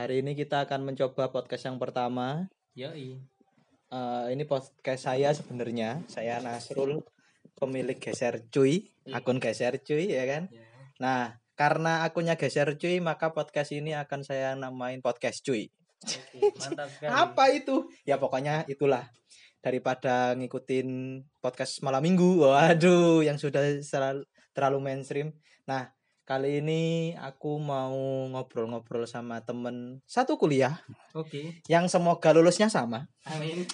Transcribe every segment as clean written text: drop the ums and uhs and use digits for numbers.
Hari ini kita akan mencoba podcast yang pertama. Yoi. Ini podcast saya sebenarnya. Saya Nasrul, pemilik Geser Cuy, akun Geser Cuy ya kan. Ya. Nah, karena akunnya Geser Cuy, maka podcast ini akan saya namain podcast Cuy. Oke, mantap sekali. Apa itu? Ya pokoknya itulah. Daripada ngikutin podcast malam minggu, waduh, yang sudah terlalu mainstream. Nah, kali ini aku mau ngobrol-ngobrol sama temen satu kuliah Oke, yang semoga lulusnya sama. amin.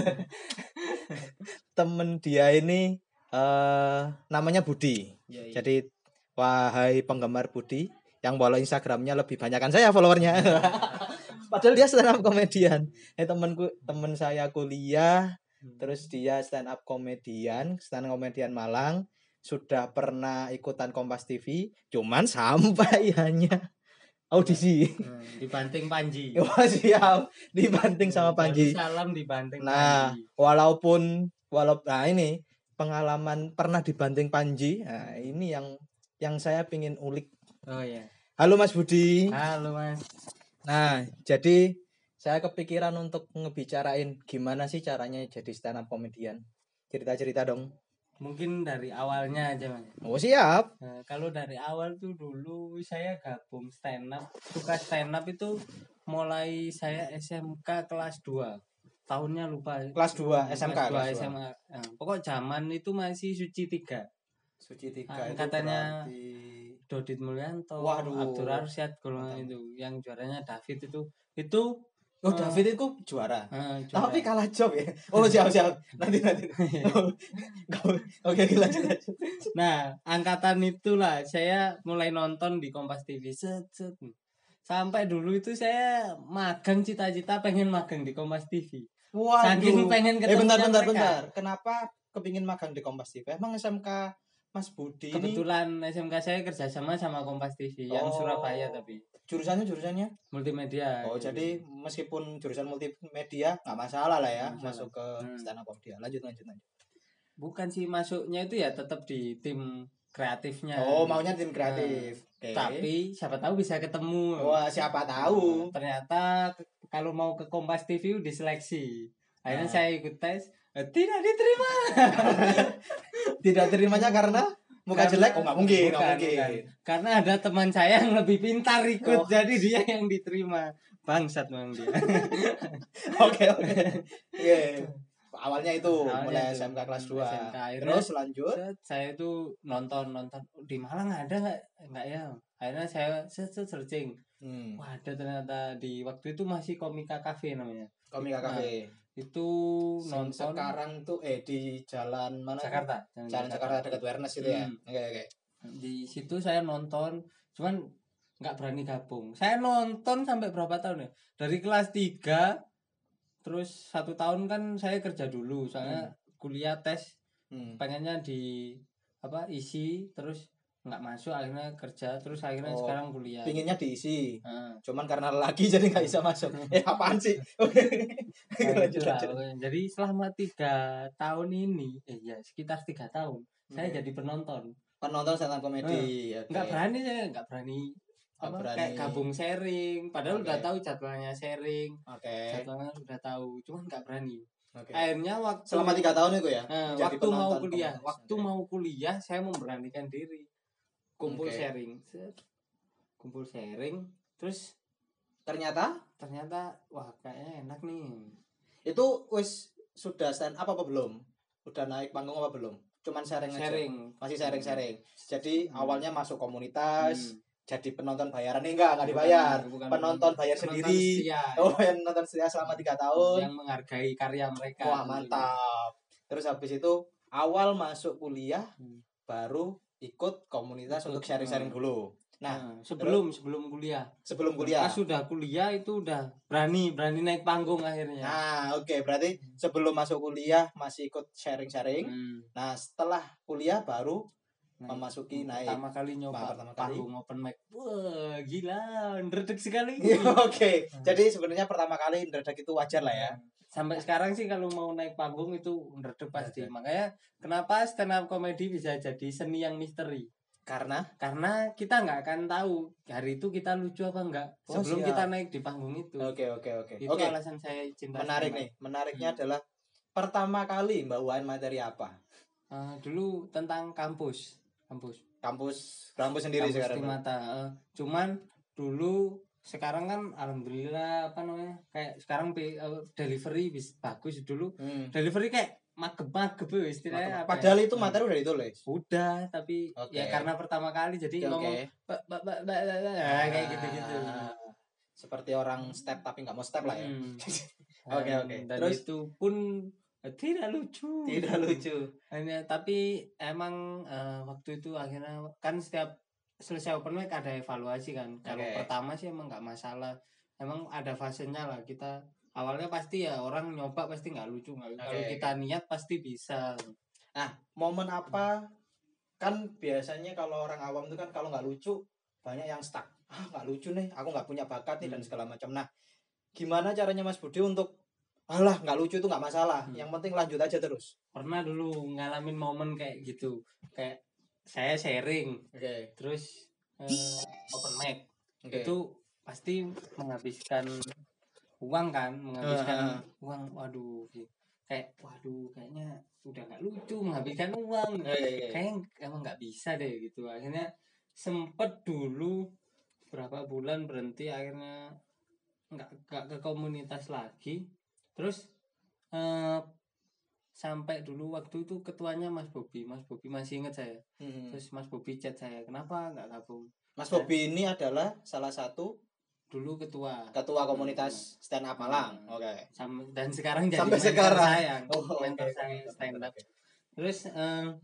Temen dia ini namanya Budi. Yoi. Jadi wahai penggemar Budi yang follow Instagramnya lebih banyakan saya followernya. Padahal dia stand up komedian. Temen saya kuliah, terus dia stand up komedian Malang. Sudah pernah ikutan Kompas TV, cuman sampai hanya audisi. Dibanting Panji. Wah siap, dibanting sama Panji. Salam dibanting Nah, Panji. walaupun nah ini pengalaman pernah dibanting Panji. Nah, ini yang saya pingin ulik. Oh ya. Halo Mas Budi. Halo Mas. Nah, jadi saya kepikiran untuk ngebicarain gimana sih caranya jadi stand up comedian. Cerita-cerita dong. Mungkin dari awalnya aja Mas. Oh siap. Nah, kalau dari awal tuh dulu saya gabung stand up. Suka stand up itu mulai saya SMK kelas 2. Tahunnya lupa. Kelas 2 SMK. Kelas 2 SMA. Nah, pokok zaman itu masih Suci 3. Suci 3 Nah, itu katanya berarti Dodit Mulyanto, Waduh. Abdur Arsyad golongan itu, yang juaranya David itu. Oh, David itu juara. Juara. Tapi kalah job ya. Oh, siap. Nanti. Oke, lanjut. Nah, angkatan itulah saya mulai nonton di Kompas TV. Sampai dulu itu saya magang, cita-cita pengen magang di Kompas TV. Waduh. Saking pengen ketemu bentar. Kenapa kepingin magang di Kompas TV? Emang SMK Mas Budi kebetulan SMK saya kerjasama sama Kompas TV yang Surabaya tapi. Jurusannya? Multimedia. Oh, jadi meskipun jurusan multimedia nggak masalah lah ya masuk ke stand up comedy. Lanjut. Bukan sih, masuknya itu ya tetap di tim kreatifnya. Oh, maunya tim kreatif. Okay. Tapi siapa tahu bisa ketemu. Wah, siapa tahu. Ternyata kalau mau ke Kompas TV diseleksi. Akhirnya saya ikut tes, tidak diterima. Tidak terimanya karena muka jelek? Oh, nggak mungkin. Karena ada teman saya yang lebih pintar ikut, jadi dia yang diterima. Bangsat memang dia. Oke. Awalnya itu mulai SMK kelas 2. SMK. Terus lanjut. Saya itu nonton di Malang ada enggak ya? Akhirnya saya searching. Wah, ada ternyata di waktu itu masih Komika Cafe namanya. Komika Cafe. Itu nonton sekarang tuh di jalan mana? Jakarta. Jalan Jakarta dekat Wernes itu ya. Oke. Di situ saya nonton, cuman nggak berani gabung. Saya nonton sampai berapa tahun ya? Dari kelas 3 terus 1 tahun kan saya kerja dulu, soalnya kuliah tes pengennya isi terus nggak masuk, akhirnya kerja, terus akhirnya sekarang kuliah. Pinginnya diisi, cuman karena lagi jadi nggak bisa masuk. Apaan sih? Lanjut. Jadi selama 3 tahun ini, sekitar 3 tahun, saya jadi penonton stand up comedy. Nggak berani kayak gabung sharing, padahal udah tahu jadwalnya sharing. Jadwalnya udah tahu, cuman nggak berani. Akhirnya selama 3 tahun itu ya. Waktu mau kuliah saya memberanikan diri. Kumpul sharing, terus ternyata wah kayaknya enak nih. Itu wis sudah stand up apa belum? Udah naik panggung apa belum? Cuman sharing aja. Masih sharing. Jadi awalnya masuk komunitas, jadi penonton bayaran enggak dibayar. Penonton bayar sendiri. Yang nonton setia selama 3 tahun. Yang menghargai karya mereka. Wah, mantap. Terus habis itu awal masuk kuliah baru ikut komunitas untuk sharing-sharing dulu. Nah, sebelum kuliah. Pas sudah kuliah itu udah berani naik panggung akhirnya. Nah, oke. Berarti sebelum masuk kuliah masih ikut sharing-sharing. Nah, setelah kuliah baru memasuki naik. Pertama kali nyoba panggung open mic. Wah, gila, ndredeg sekali. Oke. Jadi sebenarnya pertama kali ndredeg itu wajar lah ya. Sampai sekarang sih kalau mau naik panggung itu ndredeg pasti. Makanya kenapa stand up comedy bisa jadi seni yang misteri. Karena kita nggak akan tahu hari itu kita lucu apa enggak Oh, sebelum siap. kita naik di panggung itu. Oke. Itu alasan saya cinta Menarik stand up. nih. Menariknya adalah pertama kali Mbak Wan materi apa? Dulu tentang kampus Kampus sendiri kampus sekarang. di mata. Cuman dulu sekarang kan alhamdulillah apa namanya kayak sekarang delivery bagus. Dulu delivery kayak magep ya istilahnya. Padahal itu materi udah ditulis. Udah, tapi ya karena pertama kali jadi ngomong kayak gitu-gitu. Seperti orang step tapi nggak mau step lah ya. Oke. Dan Terus itu pun tidak lucu. Hanya tapi emang waktu itu akhirnya kan setiap selesai open mic ada evaluasi kan. Kalau pertama sih emang nggak masalah. Emang ada fasenya lah kita. Awalnya pasti ya orang nyoba pasti nggak lucu. Kalau kita niat pasti bisa. Nah, momen apa kan biasanya kalau orang awam itu kan kalau nggak lucu banyak yang stuck. Nggak lucu nih, aku nggak punya bakat nih dan segala macam. Nah, gimana caranya Mas Budi untuk alah nggak lucu itu nggak masalah, yang penting lanjut aja terus. Pernah dulu ngalamin momen kayak gitu, kayak saya sharing, terus open mic itu pasti menghabiskan uang kan, uang. Kayaknya udah nggak lucu menghabiskan uang, kayaknya emang nggak bisa deh gitu. Akhirnya sempet dulu berapa bulan berhenti, akhirnya nggak ke komunitas lagi. Terus sampai dulu waktu itu ketuanya Mas Bobi masih ingat saya. Terus Mas Bobi chat saya, kenapa nggak gabung? Mas Bobi ini adalah salah satu dulu ketua komunitas stand up Malang. Dan sekarang jadi sampai mentor sekarang saya, mentor saya stand up. Terus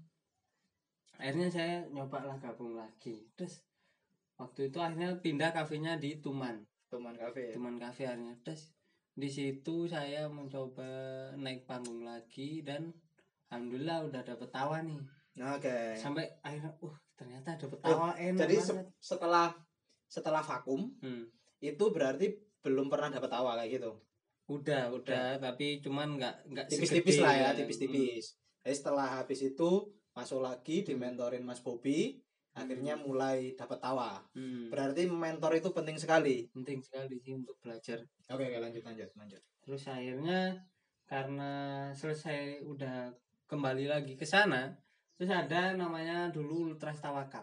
akhirnya saya nyoba lah gabung lagi. Terus waktu itu akhirnya pindah kafenya di Tuman Cafe akhirnya. Terus di situ saya mencoba naik panggung lagi dan alhamdulillah udah dapet tawa nih. Sampai akhirnya ternyata dapet tawa enak. Jadi setelah vakum itu berarti belum pernah dapet tawa kayak gitu. Udah, tapi cuman nggak tipis-tipis lah ya, tipis-tipis. Jadi setelah habis itu masuk lagi dimentorin Mas Bobi, akhirnya mulai dapat tawa. Berarti mentor itu penting sekali sih untuk belajar. Oke, lanjut. Terus akhirnya karena selesai udah kembali lagi ke sana, terus ada namanya dulu Ultras Tawakap.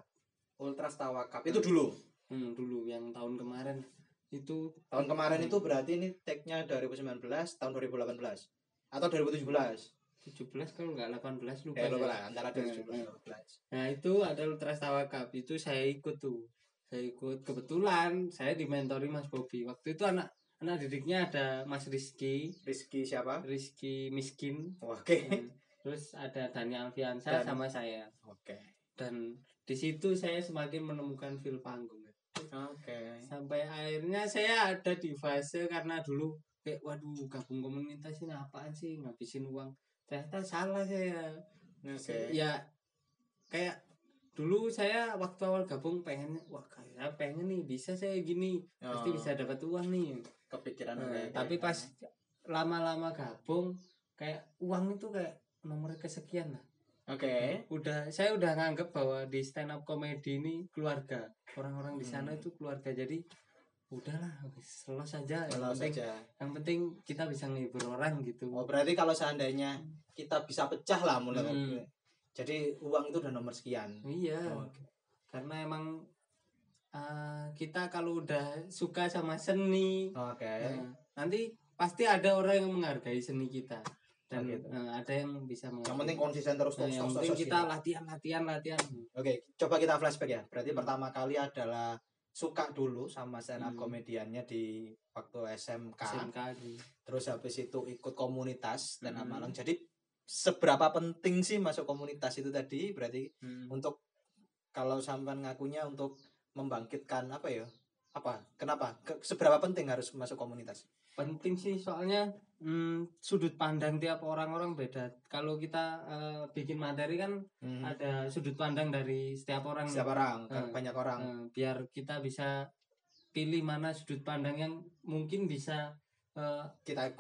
Itu dulu yang tahun kemarin itu. Tahun kemarin itu berarti ini tag-nya 2019, tahun 2018 atau 2017? 17 kalau nggak 18 lupa. Lupa antara 2017. Nah itu ada Ultras Tawakap, itu saya ikut kebetulan saya dimentori Mas Bobi. Waktu itu anak didiknya ada Mas Rizky siapa? Rizky Miskin. Terus ada Dani Alfiansa sama saya. Dan di situ saya semakin menemukan feel panggung. Sampai akhirnya saya ada di fase karena dulu kayak waduh gabung komunitas ini apaan sih, ngabisin uang. Ternyata salah saya. Ya kayak dulu saya waktu awal gabung pengen nih bisa saya gini, pasti bisa dapat uang nih. Kepikiran. Tapi pas lama-lama gabung kayak uang itu kayak nomor kesekian lah. Saya udah nganggep bahwa di stand up comedy ini keluarga. Orang-orang di sana itu keluarga, jadi udahlah selalu saja. Yang penting kita bisa ngehibur orang gitu. Berarti kalau seandainya kita bisa pecah lah mulai jadi uang itu udah nomor sekian. Iya. Karena emang kita kalau udah suka sama seni, nanti pasti ada orang yang menghargai seni kita. Dan ada yang bisa menghargai. Yang penting konsisten terus. Yang penting kita latihan. Coba kita flashback ya. Berarti pertama kali adalah suka dulu sama stand up komediannya di waktu SMK. Terus habis itu ikut komunitas stand up Malang. Jadi seberapa penting sih masuk komunitas itu tadi? Berarti untuk kalau sampean ngakunya untuk membangkitkan kenapa? Seberapa penting harus masuk komunitas? Penting sih, soalnya sudut pandang tiap orang beda. Kalau kita bikin materi kan ada sudut pandang dari setiap orang. Banyak orang. Biar kita bisa pilih mana sudut pandang yang mungkin bisa kita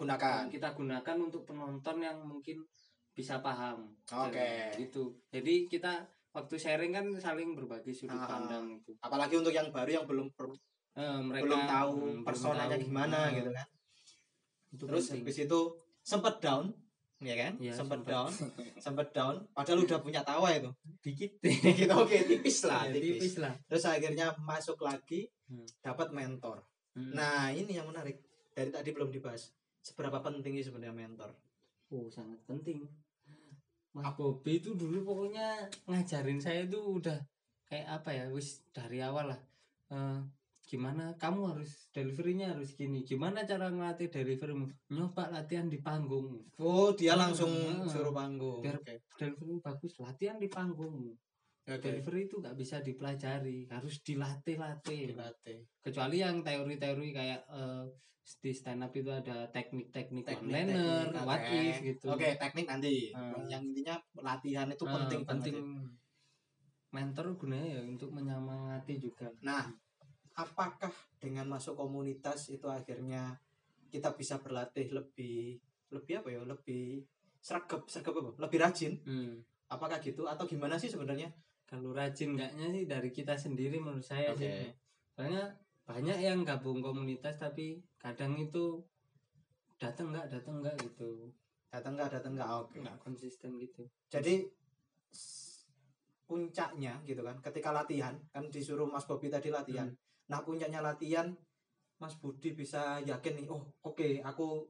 gunakan untuk penonton yang mungkin bisa paham. Gitu. Jadi kita waktu sharing kan saling berbagi sudut pandang itu. Apalagi untuk yang baru yang belum Mereka belum tahu belum personanya tahu. gimana gitu kan. Itu Terus penting. habis itu sempet down, ya kan? Ya, sempet sempet. down. Padahal udah punya tawa itu. Dikit. Dikit oke, tipis lah, Ya, tipis. tipis lah. Terus akhirnya masuk lagi, Hmm. dapat mentor. Hmm. Nah, ini yang menarik. Dari tadi belum dibahas. Seberapa penting sih sebenarnya mentor? Oh, sangat penting. Mas Bobi itu dulu pokoknya ngajarin saya itu udah kayak apa ya, wis dari awal lah. Gimana kamu harus deliverynya harus gini, gimana cara ngelatih deliverymu, nyoba latihan di panggung. Oh, dia langsung suruh panggung. Biar delivery bagus, latihan di panggung. Delivery itu nggak bisa dipelajari, harus dilatih. Kecuali yang teori-teori kayak di stand up itu ada teknik one liner, what if gitu. Oke, teknik nanti. Yang intinya latihan itu penting banget. Mentor gunanya ya untuk menyemangati juga. Nah, apakah dengan masuk komunitas itu akhirnya kita bisa berlatih lebih apa ya? Lebih sergap apa? Lebih rajin? Apakah gitu atau gimana sih sebenarnya? Kalau rajin enggaknya sih dari kita sendiri menurut saya sih. Soalnya banyak yang gabung komunitas tapi kadang itu datang enggak gitu. Datang enggak, oke. Enggak konsisten gitu. Jadi puncaknya gitu kan, ketika latihan kan disuruh Mas Bobi tadi latihan. Nah, puncaknya latihan Mas Budi bisa yakin nih, oh oke, aku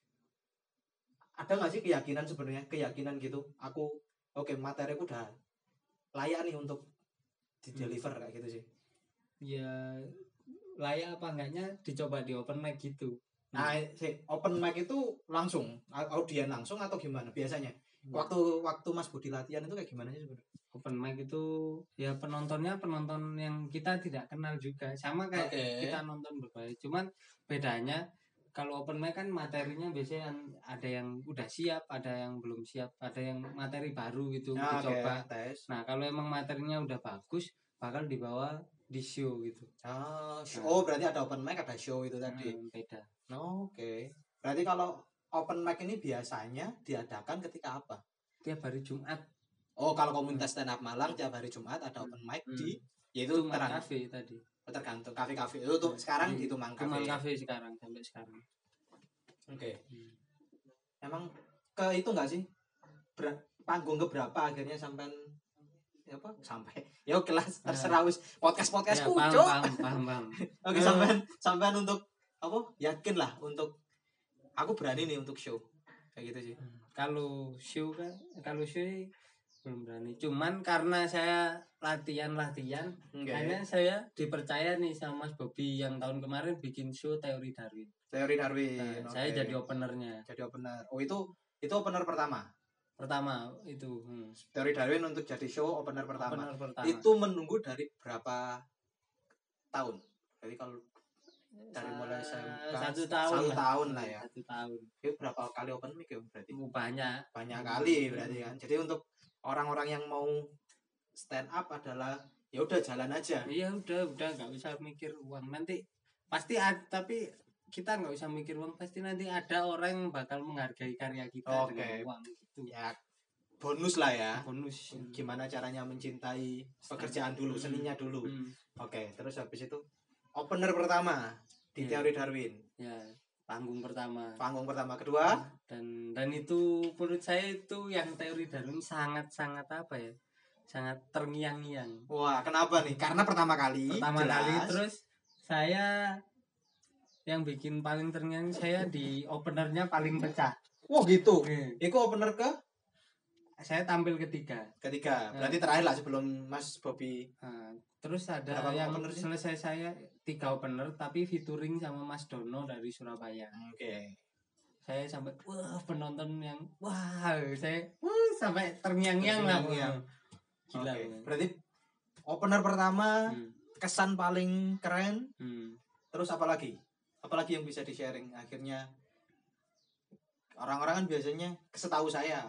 ada nggak sih keyakinan gitu, aku materiku udah layak nih untuk di deliver kayak gitu sih. Ya layak apa enggaknya dicoba di open mic gitu. Nah, open mic itu langsung audien langsung atau gimana biasanya? Waktu Mas Budi latihan itu kayak gimana sih sebenarnya? Open mic itu ya penonton yang kita tidak kenal juga, sama kayak kita nonton berbagai. Cuman bedanya kalau open mic kan materinya biasanya ada yang udah siap, ada yang belum siap, ada yang materi baru gitu dicoba. Nah, kalau emang materinya udah bagus bakal dibawa di show gitu. Berarti ada open mic, ada show itu tadi. Beda. Berarti kalau open mic ini biasanya diadakan ketika apa? Tiap hari Jumat. Kalau komunitas stand up Malang tiap hari Jumat ada open mic di yaitu kafe tadi. Tergantung kafe-kafe itu tuh sekarang di Tumang Cafe. Tumang Cafe sekarang sampai sekarang. Emang ke itu enggak sih? Panggung keberapa akhirnya sampai ya kelas terserah wis podcast ya, kucuk. Paham. Oke, sampean untuk apa? Yakin lah untuk aku berani nih untuk show. Kayak gitu sih. Kalau show belum berani. Cuman karena saya latihan, makanya saya dipercaya nih sama Mas Bobi yang tahun kemarin bikin show Teori Darwin. Nah, saya jadi openernya. Oh, itu opener pertama itu. Teori Darwin untuk jadi show opener pertama. Itu menunggu dari berapa tahun? Jadi kalau dari mulai SMK 1 tahun lah ya. 1 tahun. Itu berapa kali open mic ya berarti? Banyak kali berarti kan. Jadi untuk orang-orang yang mau stand up adalah ya udah jalan aja. Iya, udah nggak usah mikir uang. Nanti pasti tapi kita nggak usah mikir uang, pasti nanti ada orang yang bakal menghargai karya kita dengan uang gitu. Ya bonus lah ya. Bonus. Gimana caranya mencintai pekerjaan dulu, seninya dulu. Terus habis itu opener pertama di Teori Darwin. Ya, panggung pertama. Kedua dan itu menurut saya itu yang Teori Darwin sangat apa ya? Sangat terngiang-ngiang. Wah, kenapa nih? Karena pertama kali terus saya yang bikin paling terngiang saya di openernya paling pecah. Wah, gitu. Itu opener saya tampil ketiga. Berarti terakhir lah sebelum Mas Bobi. Terus ada yang selesai saya 3 opener tapi featuring sama Mas Dono dari Surabaya. Saya sampai penonton yang saya sampai terngiang-ngiang lah. Gila. Berarti opener pertama kesan paling keren. Terus apalagi yang bisa di-sharing akhirnya orang-orang kan biasanya setahu saya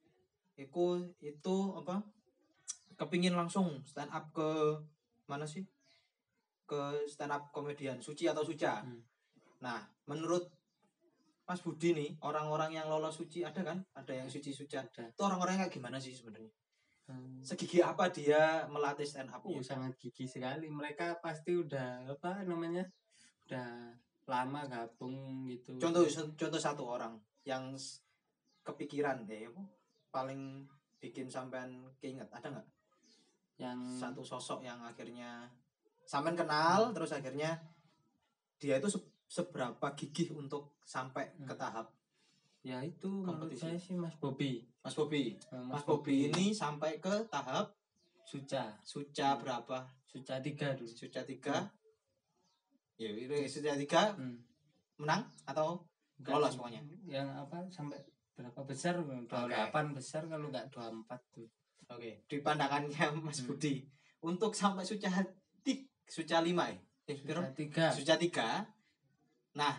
itu apa? Kepingin langsung stand up ke mana sih? Ke stand up komedian Suci atau Suca. Nah, menurut Mas Budi nih, orang-orang yang lolos Suci ada kan? Ada yang Suci Suca. Itu orang-orangnya kayak gimana sih sebenarnya? Segigih apa dia melatih stand up? Sangat gigih sekali. Mereka pasti udah apa namanya? Udah lama gabung gitu. Contoh satu orang yang kepikiran paling bikin sampean keinget, ada nggak? Yang Satu sosok yang akhirnya sampean kenal terus akhirnya dia itu seberapa gigih untuk sampai ke tahap ya itu menurut kompetisi. saya sih Mas Bobby. Mas Bobby ini sampai ke tahap Suca berapa? Suca 3 dulu. Suca 3. Ya, itu Suca 3 menang atau lolos pokoknya. Yang apa sampai berapa besar? 28 besar kalau enggak 24 tuh. Oke, di pandangannya Mas Budi untuk sampai Suca 5 Suca 3. Nah,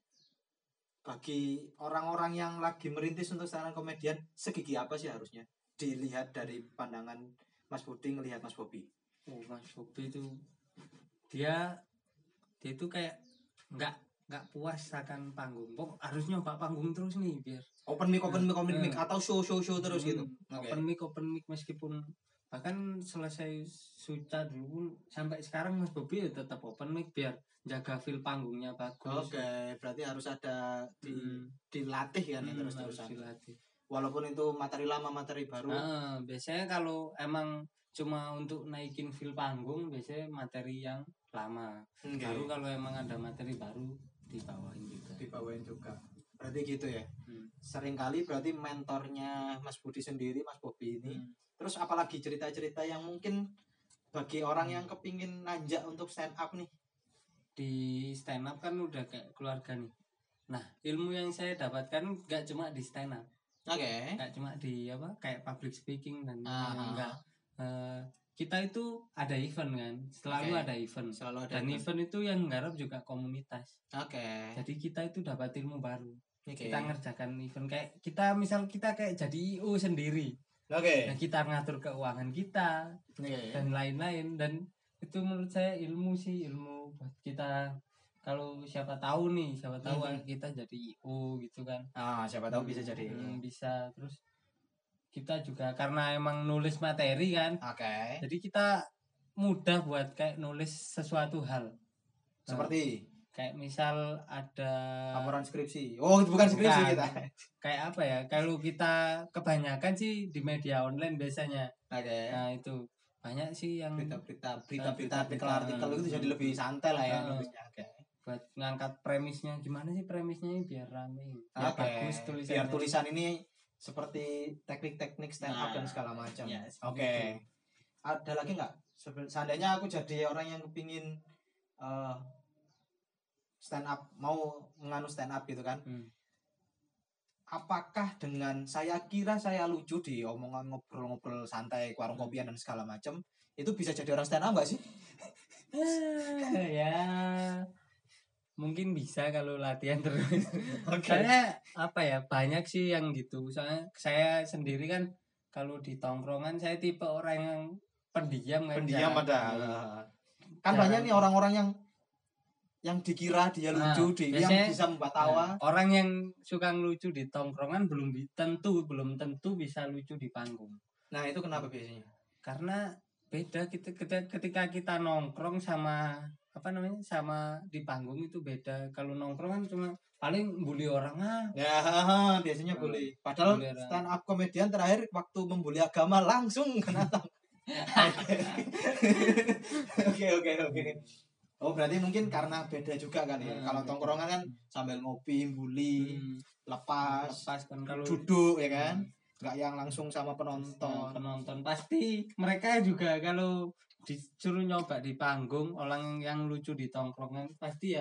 bagi orang-orang yang lagi merintis untuk stand up komedian, segigih apa sih harusnya dilihat dari pandangan Mas Budi ngelihat Mas Bobby? Mas Bobby itu dia itu kayak nggak puas akan panggung. Harus nyoba panggung terus nih biar open mic atau show terus gitu. Open mic meskipun bahkan selesai Suca dulu sampai sekarang Mas Bobby ya tetap open mic biar jaga feel panggungnya bagus. Berarti harus ada dilatih kan terus-terusan. Walaupun itu materi lama, materi baru. Biasanya kalau emang cuma untuk naikin feel panggung, biasanya materi yang lama. Baru kalau emang ada materi baru dibawain juga. Berarti gitu ya. Seringkali berarti mentornya Mas Budi sendiri, Mas Bobby ini. Terus apalagi cerita-cerita yang mungkin bagi orang yang kepingin nanjak untuk stand up nih. Di stand up kan udah kayak keluarga nih. Nah, ilmu yang saya dapatkan gak cuma di stand up. Gak cuma di apa kayak public speaking dan enggak. Kita itu ada event kan, selalu ada event. Event itu yang nggarap juga komunitas. Jadi kita itu dapat ilmu baru. Kita ngerjakan event kayak kita kayak jadi IO sendiri. Nah, kita ngatur keuangan kita dan lain-lain, dan itu menurut saya ilmu buat kita. Kalau siapa tahu kita jadi IO gitu kan. Siapa tahu bisa jadi bisa. Terus kita juga karena emang nulis materi kan. Jadi kita mudah buat kayak nulis sesuatu hal. Seperti kayak misal ada laporan skripsi. Oh, itu bukan skripsi kita. Kayak apa ya? Kalau kita kebanyakan sih di media online biasanya. Nah, itu banyak sih yang berita-berita artikel itu jadi lebih santai lah ya nulisnya. Buat ngangkat premisnya, gimana sih premisnya biar rame. Bagus tulisannya. Biar tulisan ini seperti teknik-teknik stand up dan segala macam. Ada lagi nggak? Seandainya aku jadi orang yang kepingin stand up, mau menganu stand up gitu kan. Apakah dengan saya kira saya lucu di omongan ngobrol-ngobrol santai warung kopian dan segala macam, itu bisa jadi orang stand up nggak sih? Ya mungkin bisa kalau latihan terus. Soalnya apa ya, banyak sih yang gitu. Soalnya saya sendiri kan kalau di tongkrongan saya tipe orang yang pendiam kan banyak nih orang-orang yang dikira dia lucu, yang bisa membuat tawa. Orang yang suka lucu di tongkrongan belum tentu bisa lucu di panggung. Nah, itu kenapa biasanya? Karena beda ketika kita nongkrong sama sama di panggung itu beda. Kalau nongkrong kan cuma paling bully orang biasanya bully. Padahal stand up komedian terakhir waktu membuli agama langsung kena tang. Oke. Oh, berarti mungkin karena beda juga kan ya. Kalau tongkrongan kan sambil ngopi, bully, lepas kan, kalau duduk ya kan. Enggak yang langsung sama penonton. Pasti mereka juga kalau disuruh nyoba di panggung, orang yang lucu di tongkrongan pasti ya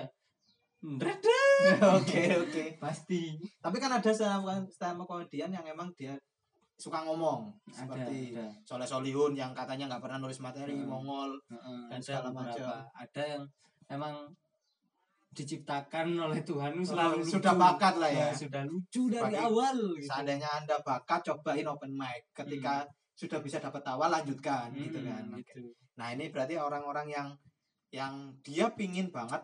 Oke. Pasti. Tapi kan ada stand up komedian yang emang dia suka ngomong, seperti Soleh Solihun yang katanya nggak pernah nulis materi, Mongol dan segala macam. Ada yang emang diciptakan oleh Tuhan selalu sudah bakat lah ya. Sudah lucu dari awal. Gitu. Seandainya Anda bakat, cobain open mic. Ketika sudah bisa dapat tawa, lanjutkan gitu kan. Gitu. Nah, ini berarti orang-orang yang dia pingin banget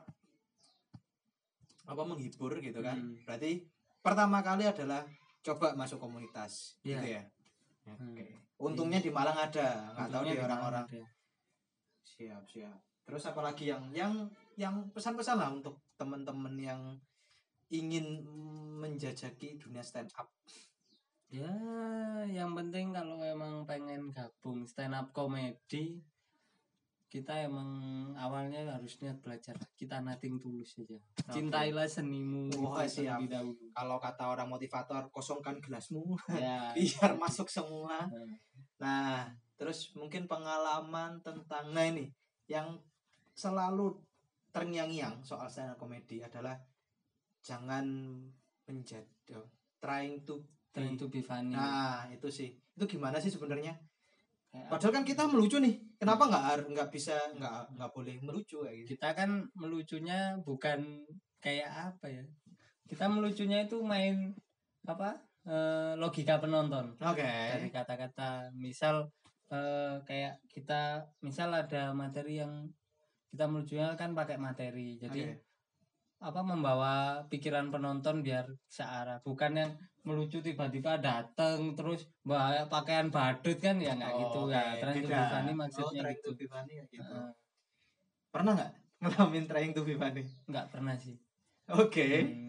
menghibur gitu kan. Berarti pertama kali adalah coba masuk komunitas gitu ya. Oke. Untungnya di Malang ada, nggak tahu Untungnya di di orang-orang. Malang ada. Siap. Terus apalagi yang pesan-pesan lah untuk teman-teman yang ingin menjajaki dunia stand up. Ya, yang penting kalau emang pengen gabung stand up comedy, kita emang awalnya harus niat belajar. Kita nothing tulus saja. Cintailah senimu Wah, itu siap. terlebih dahulu. Kalau kata orang motivator, kosongkan gelasmu Ya, biar masuk semua. nah, Nah, terus mungkin pengalaman tentang ini yang selalu terngiang-ngiang soal stand up comedy adalah jangan menjadi trying to trying to be funny. Nah, itu sih. Itu gimana sih sebenarnya? Kayak Padahal kan kita melucu nih. Kenapa nggak bisa nggak boleh melucu kayak gitu? kita kan melucunya bukan kayak apa ya? Kita melucunya itu main apa? Logika penonton. Oke. Dari kata-kata, misal kayak kita misal ada materi yang kita melucunya kan pakai materi. Jadi Oke. apa membawa pikiran penonton biar searah, bukan yang melucu tiba-tiba dateng terus bawa pakaian badut kan ya nggak gitu oke. ya. Trying to be Beda. funny maksudnya Trying gitu. to be funny ya gitu. Heeh, Pernah nggak ngalamin trying to be funny? nggak pernah sih. Oke.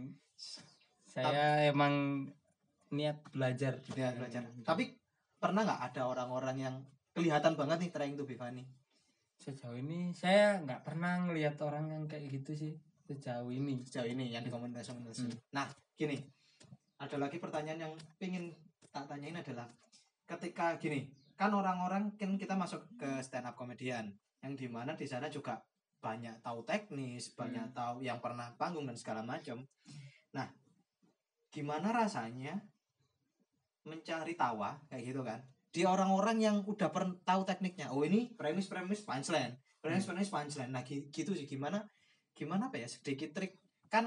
Saya emang niat belajar. Ya, belajar. Tapi pernah nggak ada orang-orang yang kelihatan banget nih trying to be funny? Sejauh ini saya nggak pernah ngelihat orang yang kayak gitu sih sejauh ini. Sejauh ini yang di komunitas. Nah, gini. Ada lagi pertanyaan yang pengen tak tanyain adalah ketika gini, kan orang-orang kan kita masuk ke stand up comedian yang dimana di sana juga banyak tahu teknis, banyak tahu yang pernah panggung dan segala macam. Nah, gimana rasanya mencari tawa kayak gitu kan di orang-orang yang udah tahu tekniknya. Oh, ini premis punchline, premis punchline. Nah, gitu sih gimana apa ya, sedikit trik kan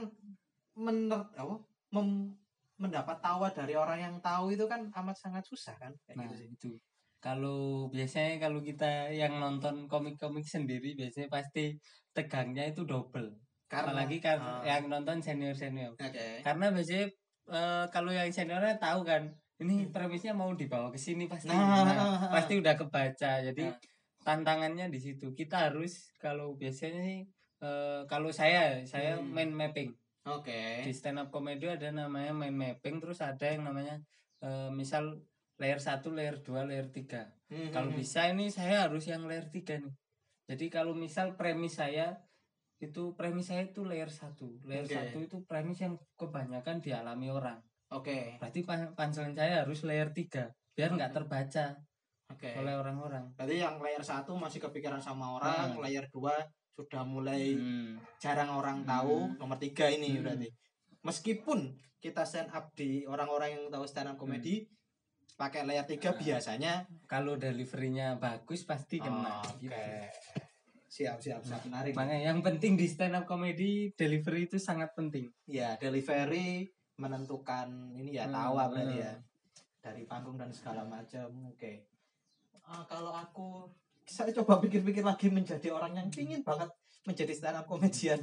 mendapat tawa dari orang yang tahu itu kan amat sangat susah kan kayak Nah gitu sih. itu kalau biasanya kalau kita yang nonton komik-komik sendiri biasanya pasti tegangnya itu double. Apalagi kan yang nonton senior-senior. Oke. Karena biasanya kalau yang seniornya tahu kan ini premisnya mau dibawa ke sini pasti. Pasti udah kebaca. Jadi tantangannya di situ. Kita harus kalau biasanya sih kalau saya main mapping. Oke. Di stand up comedy ada namanya main mapping, terus ada yang namanya misal layer 1, layer 2, layer 3. Kalau bisa ini saya harus yang layer 3 nih. Jadi kalau misal premis saya itu layer 1. Layer 1 itu premis yang kebanyakan dialami orang. Oke. Berarti punchline saya harus layer 3 biar nggak terbaca oleh orang-orang. Berarti yang layer 1 masih kepikiran sama orang, layer 2 sudah mulai jarang orang tahu, nomor 3 ini berarti. Meskipun kita stand up di orang-orang yang tahu stand up comedy pakai layer 3 biasanya kalau deliverynya bagus pasti kena. Oke. Siap menarik. Makanya yang penting di stand up comedy delivery itu sangat penting. Ya, delivery menentukan ini ya tawa berarti ya. Dari panggung dan segala macam. Oke. Kalau saya coba pikir-pikir lagi menjadi orang yang pingin banget menjadi stand up comedian.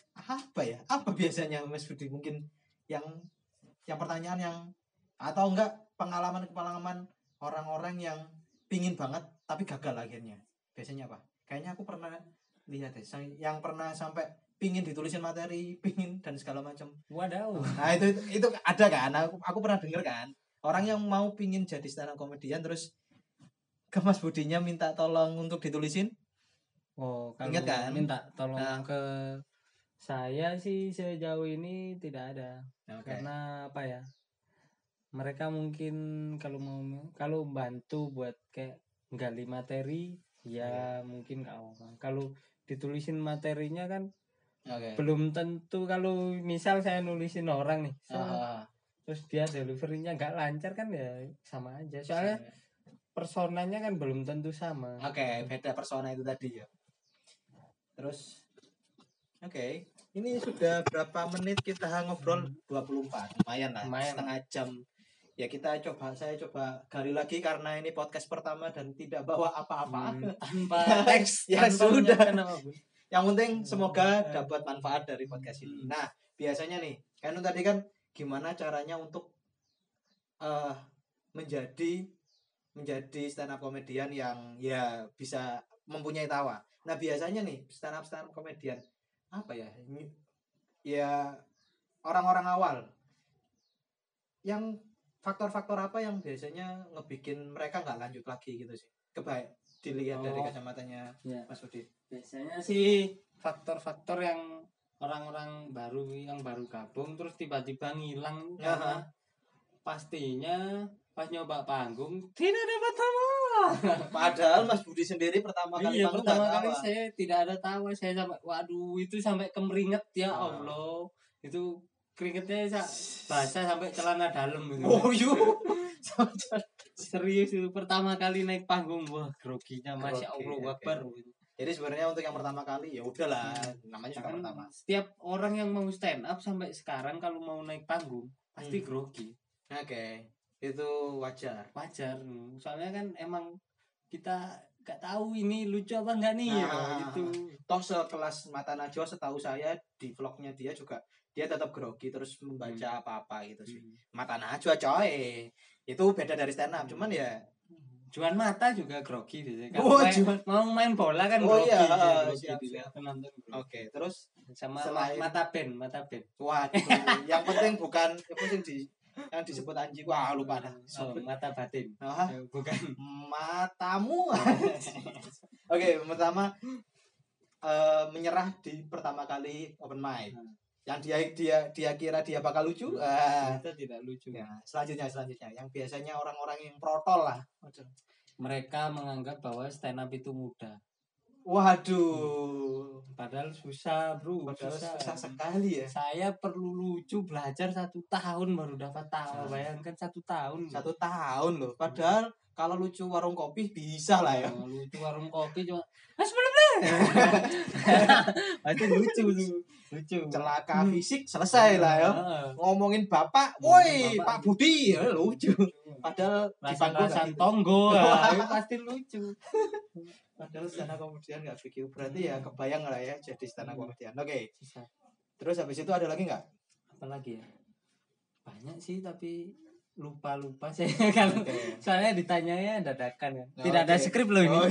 Apa biasanya Mas Budi? Mungkin yang pertanyaan yang atau enggak pengalaman orang-orang yang pingin banget tapi gagal akhirnya. Biasanya apa? Kayaknya aku pernah lihat yang pernah sampai pingin ditulisin materi, pingin dan segala macam. Wadaw. Nah, itu ada kan? Aku pernah denger kan. Orang yang mau pingin jadi stand up comedian terus ke Mas Budinya minta tolong untuk ditulisin. Oh, kalau ingat kan? Minta tolong ke saya sih sejauh ini tidak ada. Karena apa ya? Mereka mungkin kalau bantu buat kayak nggali materi ya mungkin nggak apa-apa. Kalau ditulisin materinya kan belum tentu. Kalau misal saya nulisin orang nih, terus dia deliverynya nggak lancar kan ya sama aja. Soalnya personanya kan belum tentu sama. Beda persona itu tadi ya. Terus ini sudah berapa menit kita ngobrol? 24. Lumayan lah. Setengah jam. Ya saya coba gali lagi karena ini podcast pertama dan tidak bawa apa-apa. Tanpa teks ya sudah. Yang penting semoga dapat manfaat dari podcast ini. Nah, biasanya nih, tadi kan gimana caranya untuk menjadi menjadi stand up komedian yang ya bisa mempunyai tawa. Nah, biasanya nih stand up komedian apa ya? Ya orang-orang awal yang faktor-faktor apa yang biasanya ngebikin mereka nggak lanjut lagi gitu sih? Kebaik dilihat dari kacamatanya ya. Mas Budi. Biasanya sih faktor-faktor yang orang-orang baru yang baru gabung terus tiba-tiba ngilang karena pastinya pas nyoba panggung tidak dapat tawa. Padahal Mas Budi sendiri pertama kali Iya, panggung pertama nggak kali tawa. saya tidak ada tawa, saya sampai waduh itu sampai kemeringet ya Ah. Allah. Itu keringetnya basah sampai celana dalam gitu. Oh yuk. Serius itu pertama kali naik panggung, wah groginya Masya Grogi, Allah oke. Akbar. Jadi sebenarnya untuk yang pertama kali ya udahlah, namanya juga Kan pertama. setiap orang yang mau stand up sampai sekarang kalau mau naik panggung pasti grogi. Oke. Itu wajar. Wajar. Soalnya kan emang kita gak tahu ini lucu apa enggak nih gitu. Toh sekelas Mata Najwa setahu saya di vlognya dia juga dia tetap grogi terus membaca apa-apa gitu sih. Mata Najwa coy. Itu beda dari stand up, cuman ya Juan Mata juga grogi biasanya. Oh, Mau main bola kan Oh grogi, iya, grogi siap, dilihat penonton. Oke, terus Sama selain mata pen. waduh, yang penting bukan apa sih yang disebut anjing. Wah, lupa dah. Oh, mata batin. Hah? Bukan Matamu. Oke, pertama menyerah di pertama kali open mic. Yang dia kira dia bakal lucu. Ternyata tidak lucu. Ya, selanjutnya yang biasanya orang-orang yang protol lah. Mereka menganggap bahwa stand up itu mudah. Waduh. Padahal susah, bro. Padahal susah sekali ya. Saya perlu lucu belajar 1 tahun baru dapat tawa. Bayangkan 1 tahun. 1 tahun loh. Padahal kalau lucu warung kopi bisa lah ya. Lucu warung kopi cuma pasti lucu tuh. Lucu. Celaka fisik selesai lah ya. Ngomongin bapak, woi Pak Budi, lucu. Padahal di panggung rasa tonggo, itu pasti lucu. Padahal stand up komedian nggak begitu. Berarti ya kebayang lah ya jadi stand up komedian. Oke. Terus habis itu ada lagi nggak? Apa lagi ya? Banyak sih tapi lupa saya kalau soalnya ditanyanya dadakan kan. Tidak ada skrip loh ini.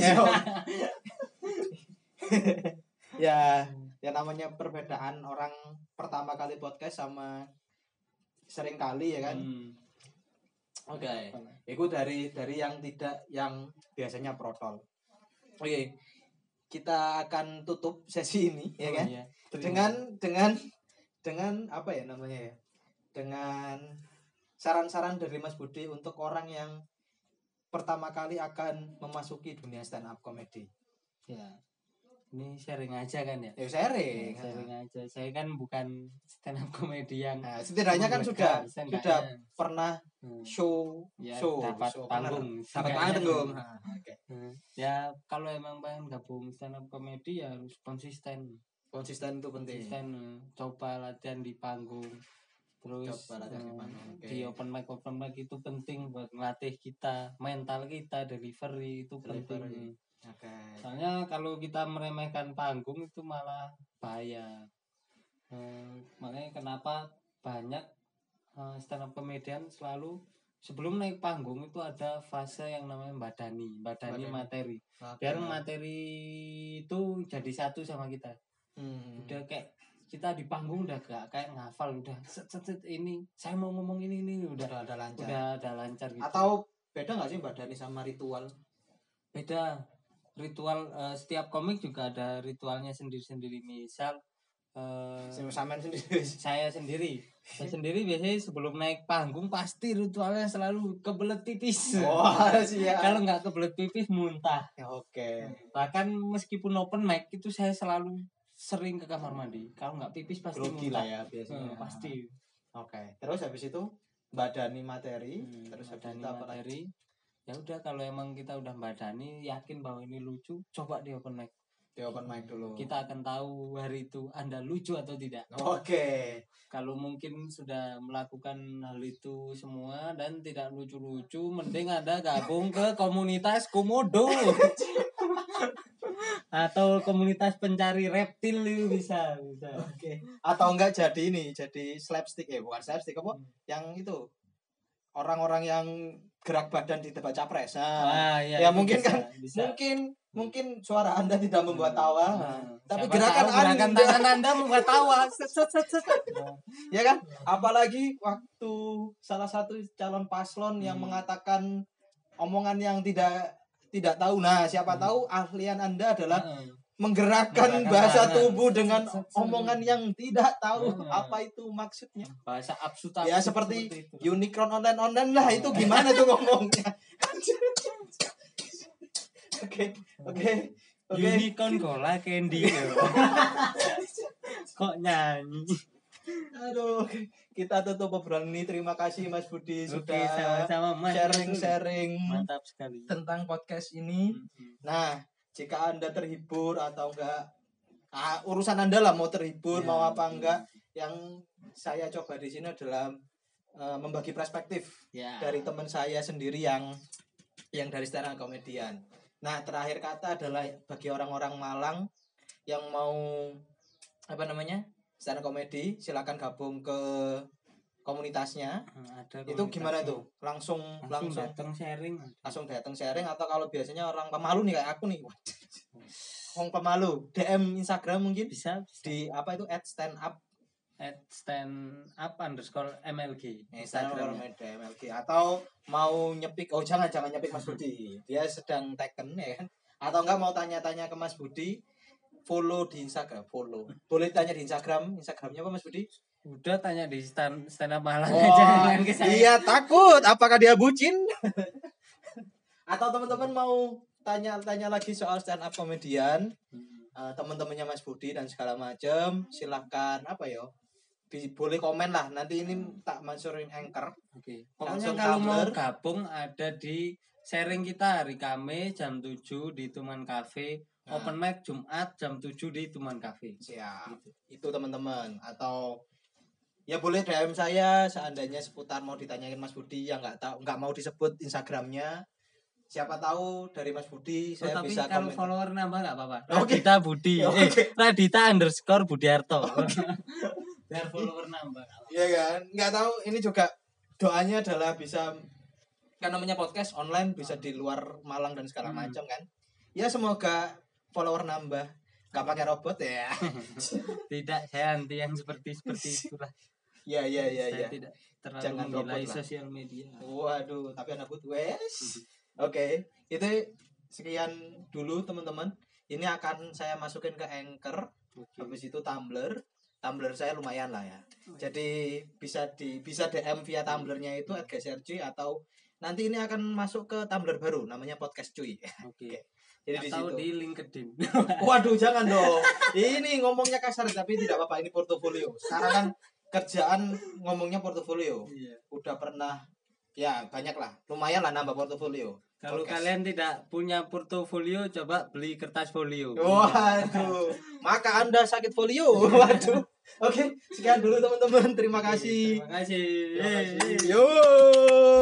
Ya namanya perbedaan orang pertama kali podcast sama sering kali ya kan. Oke. Itu dari yang tidak yang biasanya protol. Oke. Kita akan tutup sesi ini ya kan. Iya. Dengan apa ya namanya ya? Dengan saran-saran dari Mas Budi untuk orang yang pertama kali akan memasuki dunia stand up comedy. Ya. Ini sharing aja kan ya? Ya sharing. Ya, sharing aja. Saya kan bukan stand up comedy yang setidaknya kan sudah pernah show dapat panggung. Dapat panggung. Ya kalau emang pengen gabung stand up comedy ya harus konsisten. Konsisten itu penting. Coba latihan di panggung. Terus di open mic itu penting buat ngelatih kita, mental kita, delivery itu penting. Soalnya kalau kita meremehkan panggung itu malah bahaya. Makanya kenapa banyak stand up comedian selalu sebelum naik panggung itu ada fase yang namanya badani materi. Biar materi itu jadi satu sama kita. Udah kayak kita di panggung udah gak kayak ngafal, udah set ini saya mau ngomong ini udah ada lancar gitu. Atau beda nggak sih badani sama ritual? Beda. Ritual setiap komik juga ada ritualnya sendiri-sendiri. Misal saya sendiri biasanya sebelum naik panggung pasti ritualnya selalu kebelet pipis. Kalau nggak kebelet pipis muntah. Oke. Bahkan meskipun open mic itu saya selalu sering ke kamar mandi. Kalau nggak pipis pasti grogi muntah lah ya biasanya. Pasti. Oke. Terus habis itu badani materi. Terus badani materi. Ya udah kalau emang kita udah badani yakin bahwa ini lucu, coba di open mic. Di open mic dulu. Kita akan tahu hari itu Anda lucu atau tidak. Oke. Kalau mungkin sudah melakukan hal itu semua dan tidak lucu-lucu, mending Anda gabung ke komunitas komodo. Atau komunitas pencari reptil itu bisa. Oke. Atau enggak jadi slapstick bukan slapstick apa? Yang itu orang-orang yang gerak badan di debat capres. Wah, Ya itu mungkin bisa, kan bisa. mungkin suara Anda tidak membuat tawa. Tapi Siapa gerakan tahu gerakan Anda tangan Anda membuat tawa. Set, set, set, set. ya kan? Apalagi waktu salah satu calon paslon yang mengatakan omongan yang tidak tahu. Nah, siapa tahu ahlian Anda adalah menggerakkan bahasa tangan. tubuh dengan omongan yang tidak tahu apa itu maksudnya. Bahasa absurd Ya seperti itu. Unicron online lah, itu gimana tuh ngomongnya? Oke. Unicorn cola candy. Kok nyanyi? Aduh, kita tutup obrolan ini. Terima kasih Mas Budi Oke, sudah sama-sama Mas. sharing Mantap sekali. tentang podcast ini. Nah, jika Anda terhibur atau enggak, urusan Anda lah, mau terhibur, mau apa enggak. Yang saya coba di sini adalah membagi perspektif dari teman saya sendiri yang dari stand up komedian. Nah, terakhir kata adalah bagi orang-orang Malang yang mau stand up komedi, silakan gabung ke komunitasnya. Itu gimana tuh? Langsung datang sharing. Langsung datang sharing, atau kalau biasanya orang pemalu nih kayak aku nih. Orang pemalu, DM Instagram mungkin Bisa. di apa itu @standup @standup_mlg Instagramnya MLG, atau mau nyepik, jangan nyepik Mas Budi, dia sedang taken ya kan, atau enggak mau tanya-tanya ke Mas Budi, follow di Instagram, boleh tanya di Instagramnya apa Mas Budi? Udah tanya di stand up Malang Oh, jangan ke saya. iya, takut apakah dia bucin. Atau teman-teman mau tanya lagi soal stand up komedian, teman-temannya Mas Budi dan segala macam, silahkan boleh komen lah, nanti ini tak mansurin Anchor. Oke. Pokoknya kalau mau Tumblr. gabung ada di sharing kita hari Kamis jam 7 di Tuman Cafe. Open mic Jumat jam 7 di Tuman Cafe. Siap. Gitu. Itu teman-teman. Atau ya boleh DM saya seandainya seputar mau ditanyain Mas Budi yang nggak mau disebut Instagramnya. Siapa tahu dari Mas Budi saya tapi bisa kalau komen. follower nambah nggak apa-apa. Oke. Radita Budi. Radita_Budiarto. Biar follower nambah. Iya kan? Nggak tahu, ini juga doanya adalah bisa, kan namanya podcast online, bisa di luar Malang dan segala macam kan. Ya semoga follower nambah. Nggak pakai robot ya. Tidak, saya anti yang seperti itulah. Iya. Saya tidak terlalu Jangan menilai robot lah. sosial media. Waduh, tapi anak wes. Oke, itu sekian dulu teman-teman. Ini akan saya masukin ke Anchor. Habis itu Tumblr saya lumayan lah ya. Jadi bisa DM via Tumblr-nya itu @gsrc, atau nanti ini akan masuk ke Tumblr baru namanya Podcast Cuy. Oke. Jadi di Atau situ. di LinkedIn. Waduh, jangan dong. Ini ngomongnya kasar tapi tidak apa-apa, ini portofolio. Sekarang kan kerjaan ngomongnya portofolio. Iya. Udah pernah ya, banyak lah. Lumayan lah nambah portofolio. Kalau Podcast. kalian tidak punya portofolio, coba beli kertas folio. Waduh, maka Anda sakit folio. Waduh. Oke, sekian dulu teman-teman. Terima kasih. Terima kasih. Yo.